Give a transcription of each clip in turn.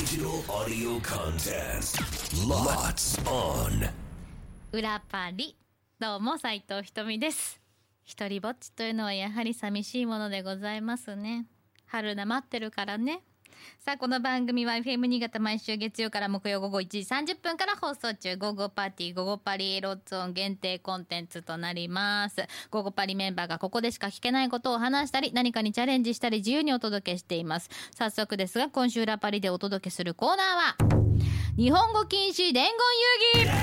Digital audio contest. Lots on. 裏パリ、どうも斉藤ひとみです。一人ぼっちというのはやはり寂しいものでございますね。春菜待ってるからね。さあ、この番組は FM 新潟毎週月曜から木曜午後1時30分から放送中、午後パーティー午後パリロッツオン限定コンテンツとなります。午後パリメンバーがここでしか聞けないことを話したり、何かにチャレンジしたり自由にお届けしています。早速ですが、今週裏パリでお届けするコーナーは日本語禁止伝言遊戯。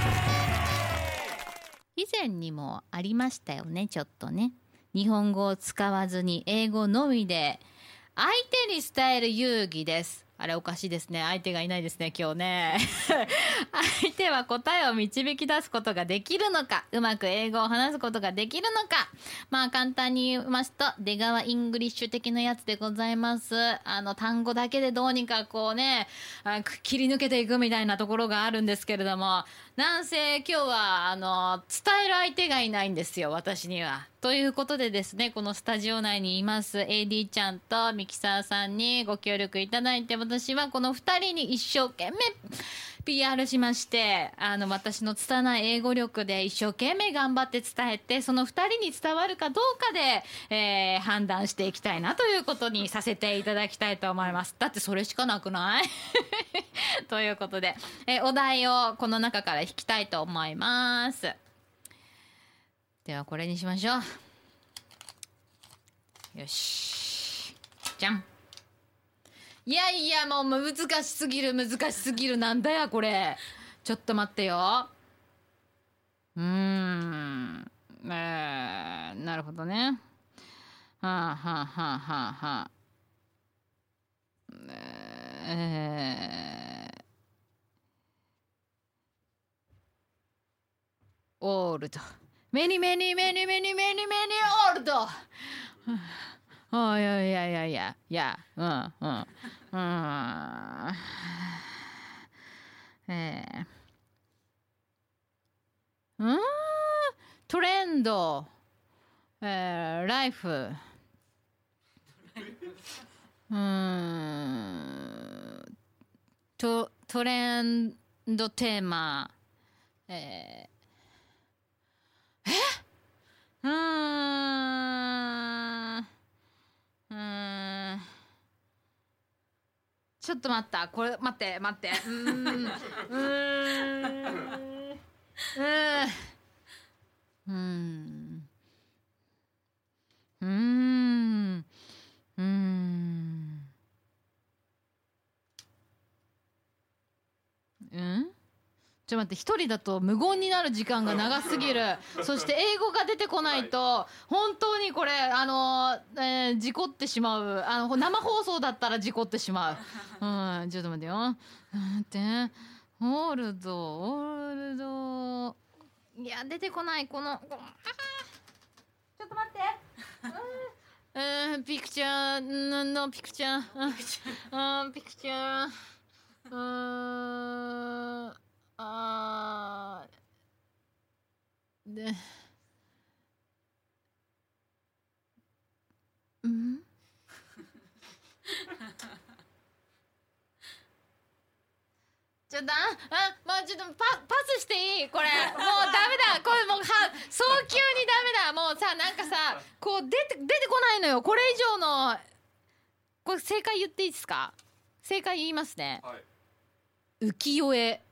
以前にもありましたよね。ちょっとね、日本語を使わずに英語のみで相手に伝える遊戯です。あれおかしいですね。相手がいないですね、今日ね。相手は答えを導き出すことができるのか、うまく英語を話すことができるのか。まあ簡単に言いますと、出川イングリッシュ的なやつでございます。単語だけでどうにかこうね、切り抜けていくみたいなところがあるんですけれども、なんせ今日は伝える相手がいないんですよ、私には。ということでですね、このスタジオ内にいます AD ちゃんとミキサーさんにご協力いただいて、私はこの2人に一生懸命 PR しまして、私の拙い英語力で一生懸命頑張って伝えて、その2人に伝わるかどうかで、判断していきたいなということにさせていただきたいと思います。だってそれしかなくないということで、お題をこの中から引きたいと思います。ではこれにしましょう。よし、じゃん。いやいや、もう難しすぎるなんだよこれ。ちょっと待ってよ。なるほどね。はあはあはあはあはあ。オールド。メニオールド。いや、トレンド、ライフ、トレンドテーマ、ちょっと待った。これ待って。ちょっと待って、一人だと無言になる時間が長すぎる。そして英語が出てこないと本当にこれ事故ってしまう。生放送だったら事故ってしまう。ちょっと待ってよ。ホールド、いや出てこない。このちょっと待って。ピクチャーのピクチャー、ピクチャー、で、ちょっともうちょっとパスしていい？これもうダメだ。これもう早急にダメだ。もうさ、なんかさ、こう出てこないのよ。これ以上の、これ正解言っていいですか？正解言いますね。はい、浮世絵。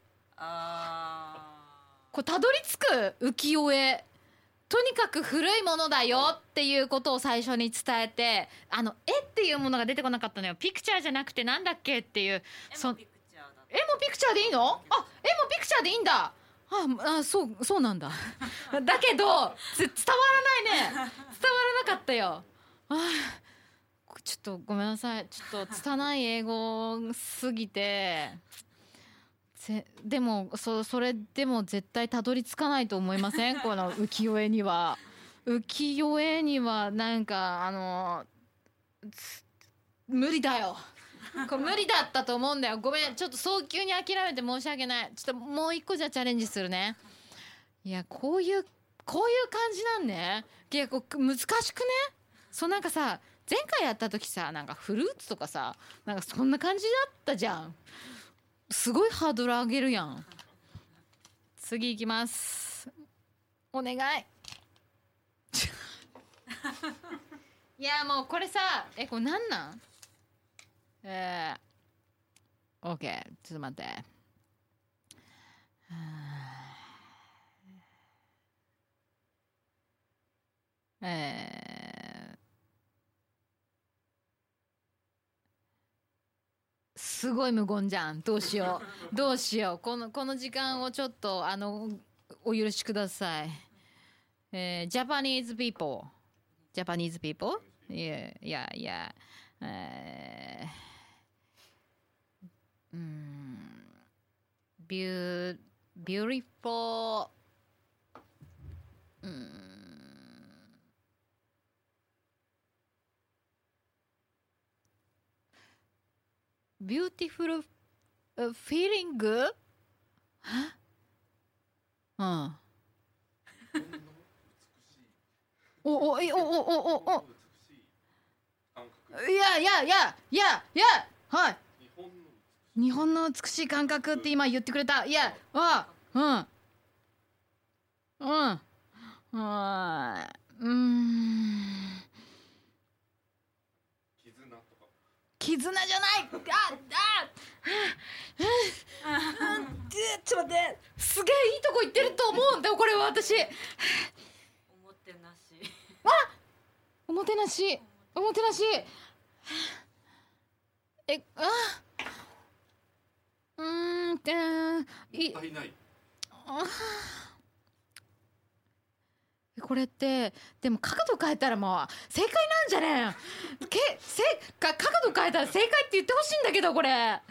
これたどり着く？浮世絵。とにかく古いものだよっていうことを最初に伝えて、絵っていうものが出てこなかったのよ。ピクチャーじゃなくてなんだっけっていう。絵もピクチャーでいいの？絵もピクチャーでいいんだ。そうなんだ。だけど伝わらないね。伝わらなかったよ。ちょっとごめんなさい。ちょっと拙い英語すぎて。でもそれでも絶対たどり着かないと思いません？この浮世絵にはなんか無理だよ。これ無理だったと思うんだよ。ごめん、ちょっと早急に諦めて申し訳ない。ちょっともう一個じゃチャレンジするね。いや、こういう感じなんね。いや、難しくね？なんかさ、 前回やった時さ、なんかフルーツとかさ、なんかそんな感じだったじゃん。すごいハードル上げるやん。次いきます。お願い。いやもうこれさ、これなんなん？オッケー、ちょっと待って。すごい無言じゃん。どうしよう。どうしよう。この時間をちょっとお許しください。Japanese people. Japanese people? Yeah, yeah, yeah. Beautiful. Beautiful feeling? うん。おいやはい。日本の美しい感覚って今言ってくれた。いや、絆じゃない。ちょっと待って。すげえいいとこ行ってると思うんだよこれは私。 おもてなし。 おもてなし。 いない。 これってでも角度変えたらもう正解なんじゃねえ角度変えたら正解って言ってほしいんだけどこれ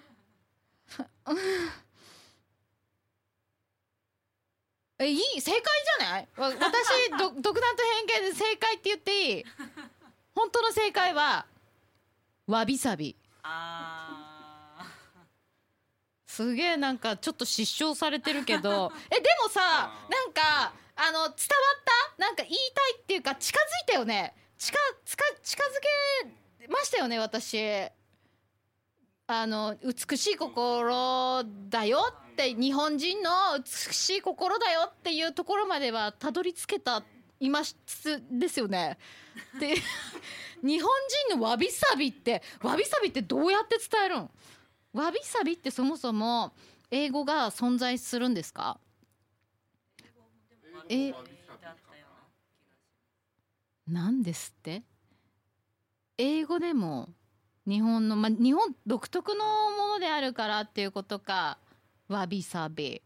いい正解じゃない私独断と偏見で正解って言っていい本当の正解はわびさび。すげえなんかちょっと失笑されてるけどでもさなんか伝わった？なんか言いたいっていうか近づいたよね。近づけましたよね私。美しい心だよって日本人の美しい心だよっていうところまではたどり着けた今ですよね。で日本人のわびさびってどうやって伝えるん？わびさびってそもそも英語が存在するんですか？なんですって？英語でも日本独特のものであるからっていうことか。わびさび。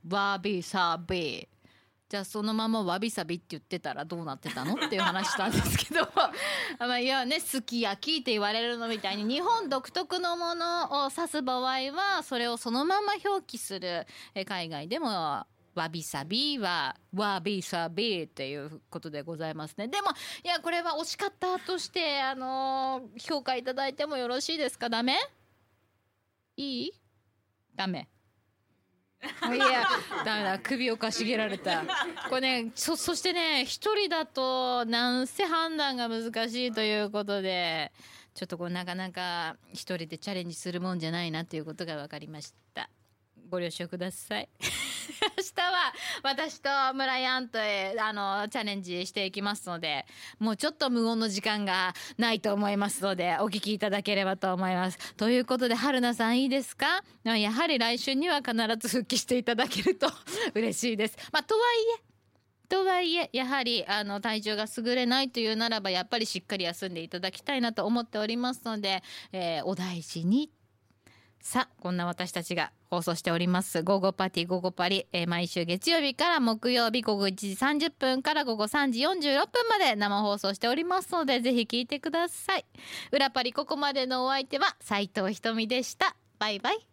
じゃあそのままわびさびって言ってたらどうなってたのっていう話したんですけどいやね、すき焼きって言われるのみたいに日本独特のものを指す場合はそれをそのまま表記する。海外でもわびさびはわびさびっていうことでございますね。でもいやこれは惜しかったとして評価いただいてもよろしいですか？ダメ？いい？ダメ。いやダメだ、首をかしげられた。これね、そしてね一人だとなんせ判断が難しいということでちょっとなかなか一人でチャレンジするもんじゃないなということが分かりました。ご了承ください明日は私と村井アンとチャレンジしていきますので、もうちょっと無言の時間がないと思いますのでお聞きいただければと思います。ということで春菜さんいいですか？やはり来週には必ず復帰していただけると嬉しいです。とはいえやはり体調が優れないというならばやっぱりしっかり休んでいただきたいなと思っておりますので、お大事に。さあこんな私たちが放送しております午後パティ午後パリ、毎週月曜日から木曜日午後1時30分から午後3時46分まで生放送しておりますのでぜひ聞いてください。裏パリここまでのお相手は斉藤ひとみでした。バイバイ。